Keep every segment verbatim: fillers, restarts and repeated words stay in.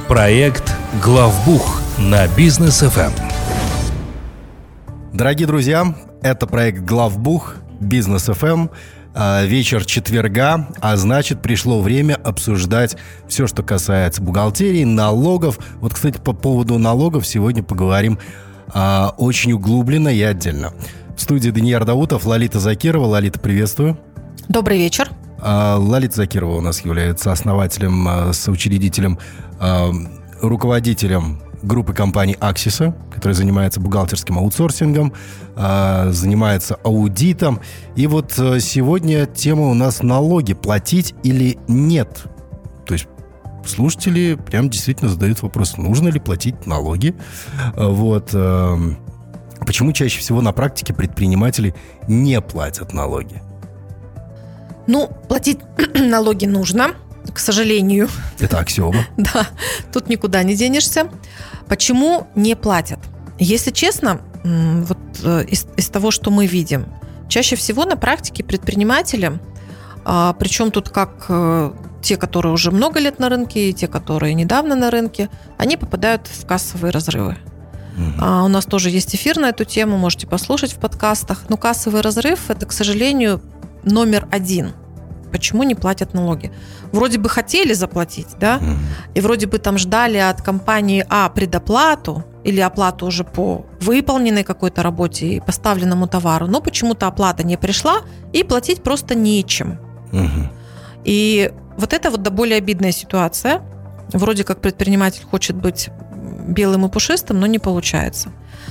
Проект «Главбух» на Бизнес эф эм. Дорогие друзья, это проект «Главбух», Бизнес эф эм. Вечер четверга, а значит, пришло время обсуждать все, что касается бухгалтерии, налогов. Вот, кстати, по поводу налогов сегодня поговорим а, очень углубленно и отдельно. В студии Данияр Даутов, Лолита Закирова. Лолита, приветствую. Добрый вечер. А, Лолита Закирова у нас является основателем, соучредителем, а, руководителем группы компаний «Аксиса», которая занимается бухгалтерским аутсорсингом, э, занимается аудитом. И вот э, сегодня тема у нас налоги. Платить или нет? То есть слушатели прям действительно задают вопрос, нужно ли платить налоги? Э, вот. Э, почему чаще всего на практике предприниматели не платят налоги? Ну, платить налоги нужно, к сожалению. Это аксиома. Да, тут никуда не денешься. Почему не платят? Если честно, вот из, из того, что мы видим, чаще всего на практике предприниматели, причем тут как те, которые уже много лет на рынке, и те, которые недавно на рынке, они попадают в кассовые разрывы. Mm-hmm. А у нас тоже есть эфир на эту тему, можете послушать в подкастах. Но кассовый разрыв – это, к сожалению, номер один. Почему не платят налоги? Вроде бы хотели заплатить, да, mm-hmm. и вроде бы там ждали от компании А предоплату или оплату уже по выполненной какой-то работе и поставленному товару, но почему-то оплата не пришла, и платить просто нечем. Mm-hmm. И вот это вот до более обидная ситуация. Вроде как предприниматель хочет быть белым и пушистым, но не получается.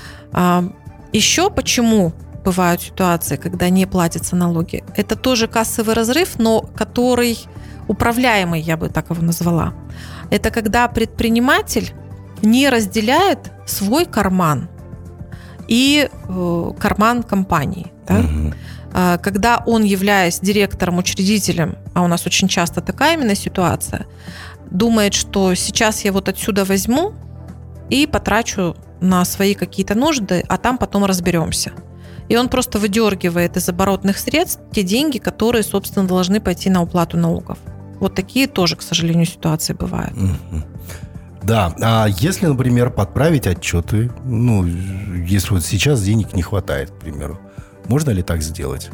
Еще почему бывают ситуации, когда не платятся налоги? Это тоже кассовый разрыв, но который управляемый, я бы так его назвала. Это когда предприниматель не разделяет свой карман и э, карман компании. Да? Угу. А, когда он, являясь директором, учредителем, а у нас очень часто такая именно ситуация, думает, что сейчас я вот отсюда возьму и потрачу на свои какие-то нужды, а там потом разберемся. И он просто выдергивает из оборотных средств те деньги, которые, собственно, должны пойти на уплату налогов. Вот такие тоже, к сожалению, ситуации бывают. Mm-hmm. Да, а если, например, подправить отчеты, ну, если вот сейчас денег не хватает, к примеру, можно ли так сделать?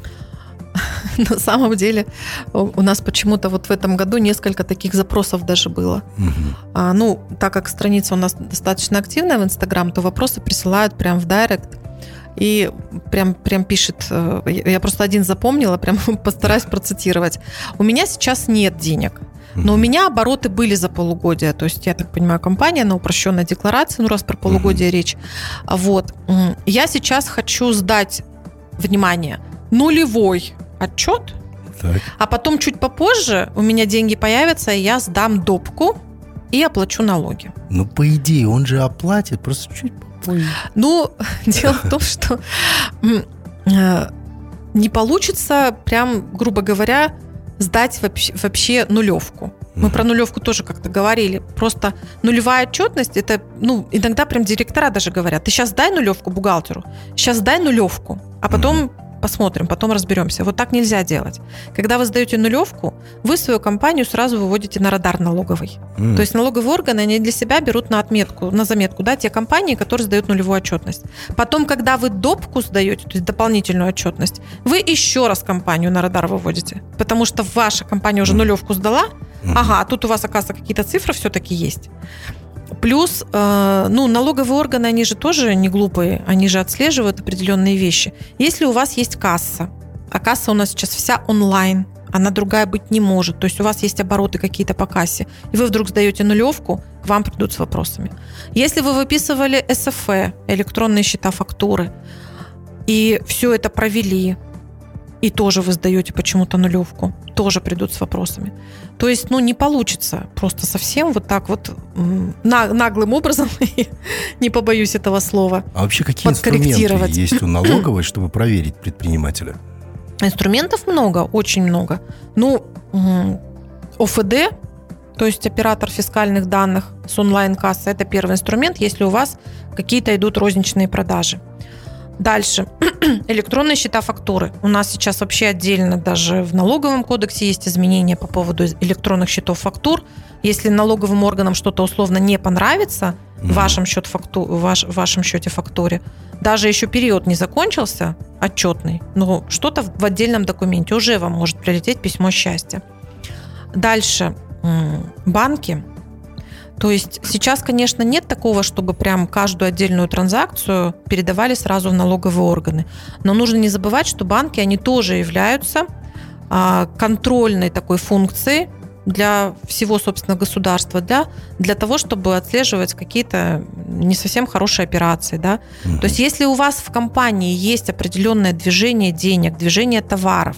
На самом деле у нас почему-то вот в этом году несколько таких запросов даже было. Угу. А, ну, так как страница у нас достаточно активная в Инстаграм, то вопросы присылают прям в директ. И прям, прям пишет, я просто один запомнила, прям постараюсь процитировать. У меня сейчас нет денег, но у меня обороты были за полугодие. То есть, я так понимаю, компания на упрощенной декларации, ну раз про полугодие uh-huh. речь. Вот. Я сейчас хочу сдать, внимание, нулевой отчет, так. а потом чуть попозже у меня деньги появятся, и я сдам допку и оплачу налоги. Ну, по идее, он же оплатит, просто чуть попозже. Ну, дело в том, что не получится прям, грубо говоря, сдать вообще, вообще нулевку. Мы mm-hmm. про нулевку тоже как-то говорили. Просто нулевая отчетность, это, ну, иногда прям директора даже говорят, ты сейчас дай нулевку бухгалтеру, сейчас дай нулевку, а потом mm-hmm. посмотрим, потом разберемся. Вот так нельзя делать. Когда вы сдаете нулевку, вы свою компанию сразу выводите на радар налоговый. Mm. То есть налоговые органы, они для себя берут на отметку, на заметку, да, те компании, которые сдают нулевую отчетность. Потом, когда вы допку сдаете, то есть дополнительную отчетность, вы еще раз компанию на радар выводите. Потому что ваша компания уже нулевку сдала, mm. ага, а тут у вас, оказывается, какие-то цифры все-таки есть. Плюс, э, ну, налоговые органы, они же тоже не глупые, они же отслеживают определенные вещи. Если у вас есть касса, а касса у нас сейчас вся онлайн, она другая быть не может, то есть у вас есть обороты какие-то по кассе, и вы вдруг сдаете нулевку, к вам придут с вопросами. Если вы выписывали эс эф э, электронные счета, фактуры, и все это провели, и тоже вы сдаете почему-то нулевку, тоже придут с вопросами. То есть, ну, не получится просто совсем вот так вот наглым образом, не побоюсь этого слова, а вообще какие инструменты есть у налоговой, чтобы проверить предпринимателя? Инструментов много, очень много. Ну, о эф дэ, то есть оператор фискальных данных с онлайн-кассой, это первый инструмент, если у вас какие-то идут розничные продажи. Дальше. Электронные счета фактуры. У нас сейчас вообще отдельно даже в налоговом кодексе есть изменения по поводу электронных счетов фактур. Если налоговым органам что-то условно не понравится в вашем, счет факту, в ваш, в вашем счете фактуре, даже еще период не закончился, отчетный, но что-то в отдельном документе уже вам может прилететь письмо счастья. Дальше. Банки. То есть сейчас, конечно, нет такого, чтобы прям каждую отдельную транзакцию передавали сразу в налоговые органы. Но нужно не забывать, что банки, они тоже являются контрольной такой функцией для всего, собственно, государства, для, для того, чтобы отслеживать какие-то не совсем хорошие операции. Да? Mm-hmm. То есть если у вас в компании есть определенное движение денег, движение товаров,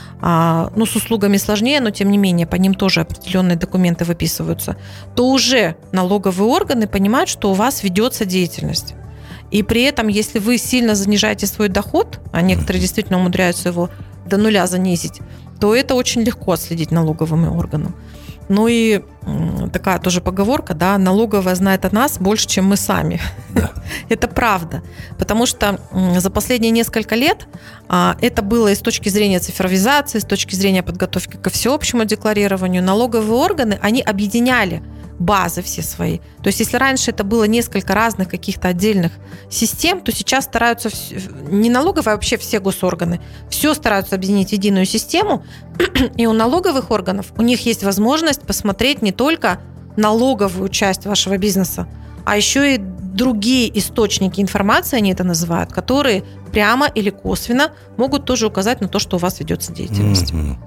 ну, с услугами сложнее, но тем не менее по ним тоже определенные документы выписываются, то уже налоговые органы понимают, что у вас ведется деятельность. И при этом, если вы сильно занижаете свой доход, а некоторые действительно умудряются его до нуля занизить, то это очень легко отследить налоговым органам. Ну и такая тоже поговорка, да, налоговая знает о нас больше, чем мы сами. Да. Это правда, потому что за последние несколько лет это было и с точки зрения цифровизации, с точки зрения подготовки ко всеобщему декларированию, налоговые органы, они объединяли базы все свои. То есть если раньше это было несколько разных каких-то отдельных систем, то сейчас стараются, не налоговые, а вообще все госорганы, все стараются объединить в единую систему, и у налоговых органов у них есть возможность посмотреть не только налоговую часть вашего бизнеса, а еще и другие источники информации, они это называют, которые прямо или косвенно могут тоже указать на то, что у вас ведется деятельность. Mm-hmm.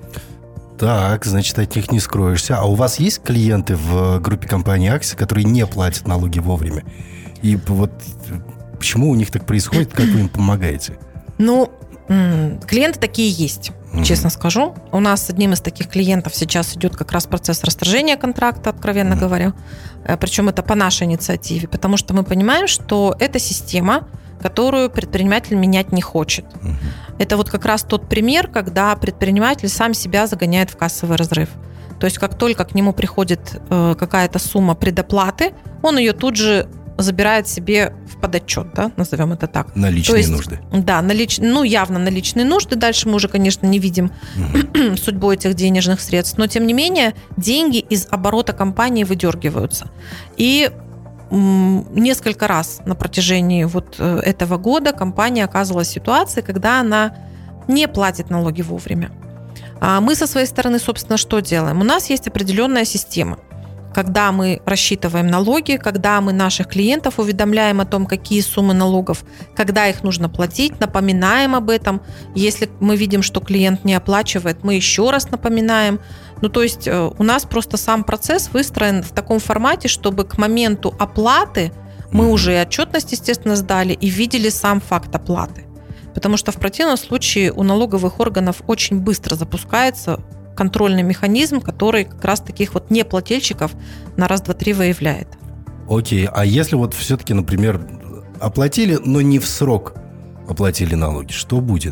Так, значит, от них не скроешься. А у вас есть клиенты в группе компании Axis, которые не платят налоги вовремя? И вот почему у них так происходит, как вы им помогаете? Ну, клиенты такие есть, mm-hmm. честно скажу. У нас с одним из таких клиентов сейчас идет как раз процесс расторжения контракта, откровенно mm-hmm. говоря. Причем это по нашей инициативе, потому что мы понимаем, что это система, которую предприниматель менять не хочет. Uh-huh. Это вот как раз тот пример, когда предприниматель сам себя загоняет в кассовый разрыв. То есть как только к нему приходит э, какая-то сумма предоплаты, он ее тут же забирает себе в подотчет, да, назовем это так. На личные То есть, нужды. Да, на лич... ну явно на личные нужды. Дальше мы уже, конечно, не видим uh-huh. судьбу этих денежных средств. Но тем не менее деньги из оборота компании выдергиваются. И несколько раз на протяжении вот этого года компания оказывалась в ситуации, когда она не платит налоги вовремя. А мы со своей стороны, собственно, что делаем? У нас есть определенная система, когда мы рассчитываем налоги, когда мы наших клиентов уведомляем о том, какие суммы налогов, когда их нужно платить, напоминаем об этом. Если мы видим, что клиент не оплачивает, мы еще раз напоминаем. Ну, то есть у нас просто сам процесс выстроен в таком формате, чтобы к моменту оплаты мы уже и отчетность, естественно, сдали и видели сам факт оплаты. Потому что в противном случае у налоговых органов очень быстро запускается контрольный механизм, который как раз таких вот неплательщиков на раз, два, три выявляет. Окей, а если вот все-таки, например, оплатили, но не в срок оплатили налоги, что будет?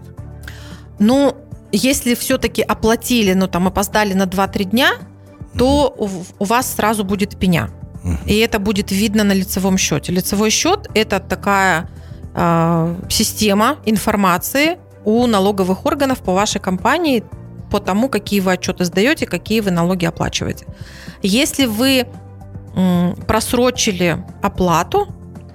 Ну, если все-таки оплатили, но там опоздали на два-три дня, то у, у вас сразу будет пеня. Uh-huh. И это будет видно на лицевом счете. Лицевой счет – это такая э, система информации у налоговых органов по вашей компании по тому, какие вы отчеты сдаете, какие вы налоги оплачиваете. Если вы м, просрочили оплату,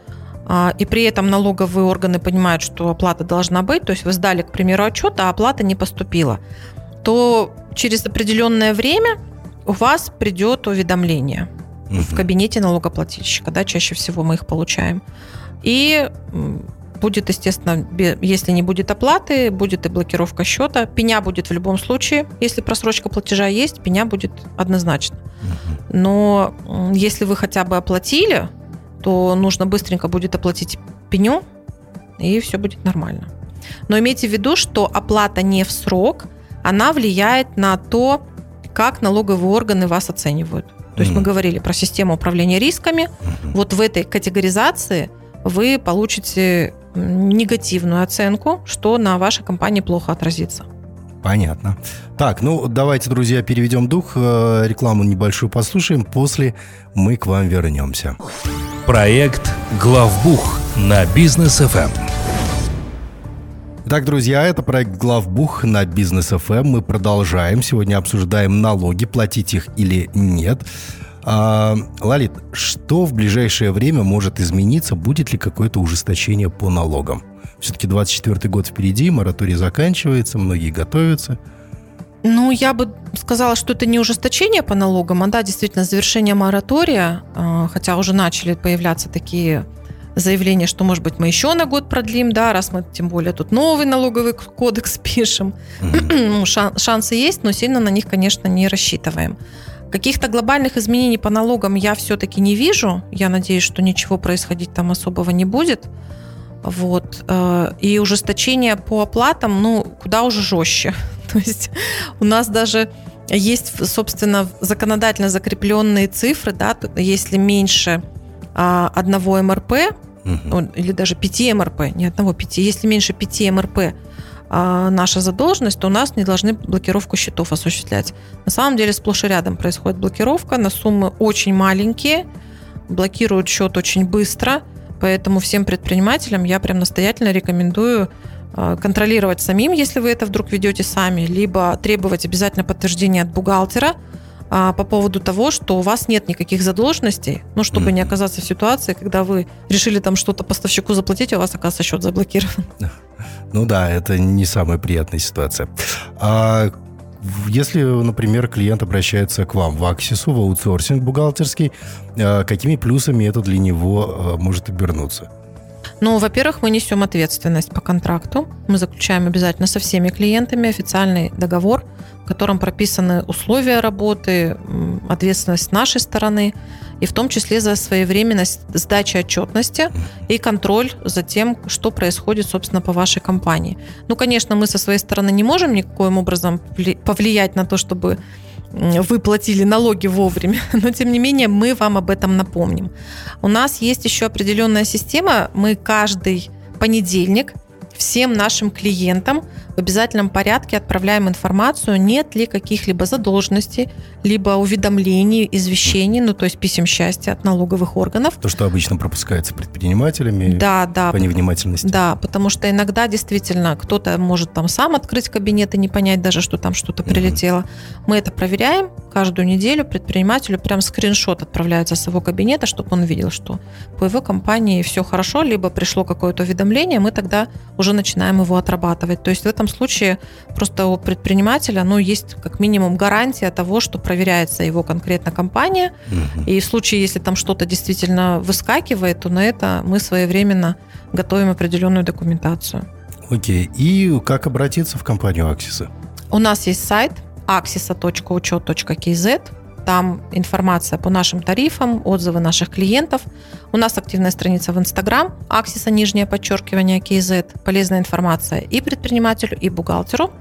и при этом налоговые органы понимают, что оплата должна быть, то есть вы сдали, к примеру, отчет, а оплата не поступила, то через определенное время у вас придет уведомление угу. в кабинете налогоплательщика, да, чаще всего мы их получаем. И будет, естественно, если не будет оплаты, будет и блокировка счета. Пеня будет в любом случае. Если просрочка платежа есть, пеня будет однозначно. Угу. Но если вы хотя бы оплатили, то нужно быстренько будет оплатить пеню, и все будет нормально. Но имейте в виду, что оплата не в срок, она влияет на то, как налоговые органы вас оценивают. То есть mm-hmm. мы говорили про систему управления рисками. Mm-hmm. Вот в этой категоризации вы получите негативную оценку, что на вашей компании плохо отразится. Понятно. Так, ну давайте, друзья, переведем дух, рекламу небольшую послушаем, после мы к вам вернемся. Проект «Главбух» на Бизнес эф эм. Итак, друзья, это проект «Главбух» на Бизнес эф эм. Мы продолжаем. Сегодня обсуждаем налоги, платить их или нет. А, Лалит, что в ближайшее время может измениться? Будет ли какое-то ужесточение по налогам? Все-таки двадцать четвёртый год впереди, мораторий заканчивается, многие готовятся. Ну, я бы сказала, что это не ужесточение по налогам, а да, действительно, завершение моратория, хотя уже начали появляться такие заявления, что, может быть, мы еще на год продлим, да, раз мы тем более тут новый налоговый кодекс пишем. Mm-hmm. Шан- шансы есть, но сильно на них, конечно, не рассчитываем. Каких-то глобальных изменений по налогам я все-таки не вижу. Я надеюсь, что ничего происходить там особого не будет. Вот. И ужесточение по оплатам, ну, куда уже жестче. То есть у нас даже есть, собственно, законодательно закрепленные цифры, да, если меньше одного эм эр пэ, uh-huh. или даже пяти эм эр пэ, не одного, пяти, если меньше пяти эм эр пэ наша задолженность, то у нас не должны блокировку счетов осуществлять. На самом деле сплошь и рядом происходит блокировка на суммы очень маленькие, блокируют счет очень быстро, поэтому всем предпринимателям я прям настоятельно рекомендую контролировать самим, если вы это вдруг ведете сами, либо требовать обязательно подтверждения от бухгалтера по поводу того, что у вас нет никаких задолженностей, ну, чтобы mm-hmm. не оказаться в ситуации, когда вы решили там что-то поставщику заплатить, а у вас, оказывается, счет заблокирован. Ну да, это не самая приятная ситуация. А если, например, клиент обращается к вам в Аксису, в аутсорсинг бухгалтерский, какими плюсами это для него может обернуться? Ну, во-первых, мы несем ответственность по контракту. Мы заключаем обязательно со всеми клиентами официальный договор, в котором прописаны условия работы, ответственность с нашей стороны, и в том числе за своевременность сдачи отчетности и контроль за тем, что происходит, собственно, по вашей компании. Ну, конечно, мы со своей стороны не можем никоим образом повлиять на то, чтобы вы платили налоги вовремя, но тем не менее мы вам об этом напомним. У нас есть еще определенная система, мы каждый понедельник всем нашим клиентам в обязательном порядке отправляем информацию, нет ли каких-либо задолженностей, либо уведомлений, извещений, ну то есть писем счастья от налоговых органов. То, что обычно пропускается предпринимателями, да, да, по невнимательности. Да, потому что иногда действительно кто-то может там сам открыть кабинет и не понять даже, что там что-то прилетело. Mm-hmm. Мы это проверяем каждую неделю, предпринимателю прям скриншот отправляется с его кабинета, чтобы он видел, что по его компании все хорошо, либо пришло какое-то уведомление, мы тогда уже начинаем его отрабатывать. То есть в этом случае просто у предпринимателя, ну, есть как минимум гарантия того, что проверяется его конкретно компания, угу. и в случае, если там что-то действительно выскакивает, то на это мы своевременно готовим определенную документацию. Окей. И как обратиться в компанию Аксиса? У нас есть сайт аксиса точка учет точка кей зет. Там информация по нашим тарифам, отзывы наших клиентов. У нас активная страница в Инстаграм, Аксиса, нижнее подчеркивание, кей зет. Полезная информация и предпринимателю, и бухгалтеру.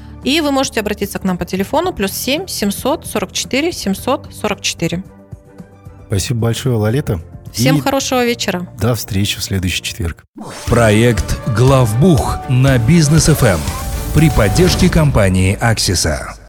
И вы можете обратиться к нам по телефону плюс семь семьсот сорок четыре семьсот сорок четыре. Спасибо большое, Лолита. Всем и хорошего вечера. До встречи в следующий четверг. Проект «Главбух» на Бизнес эф эм при поддержке компании Аксиса.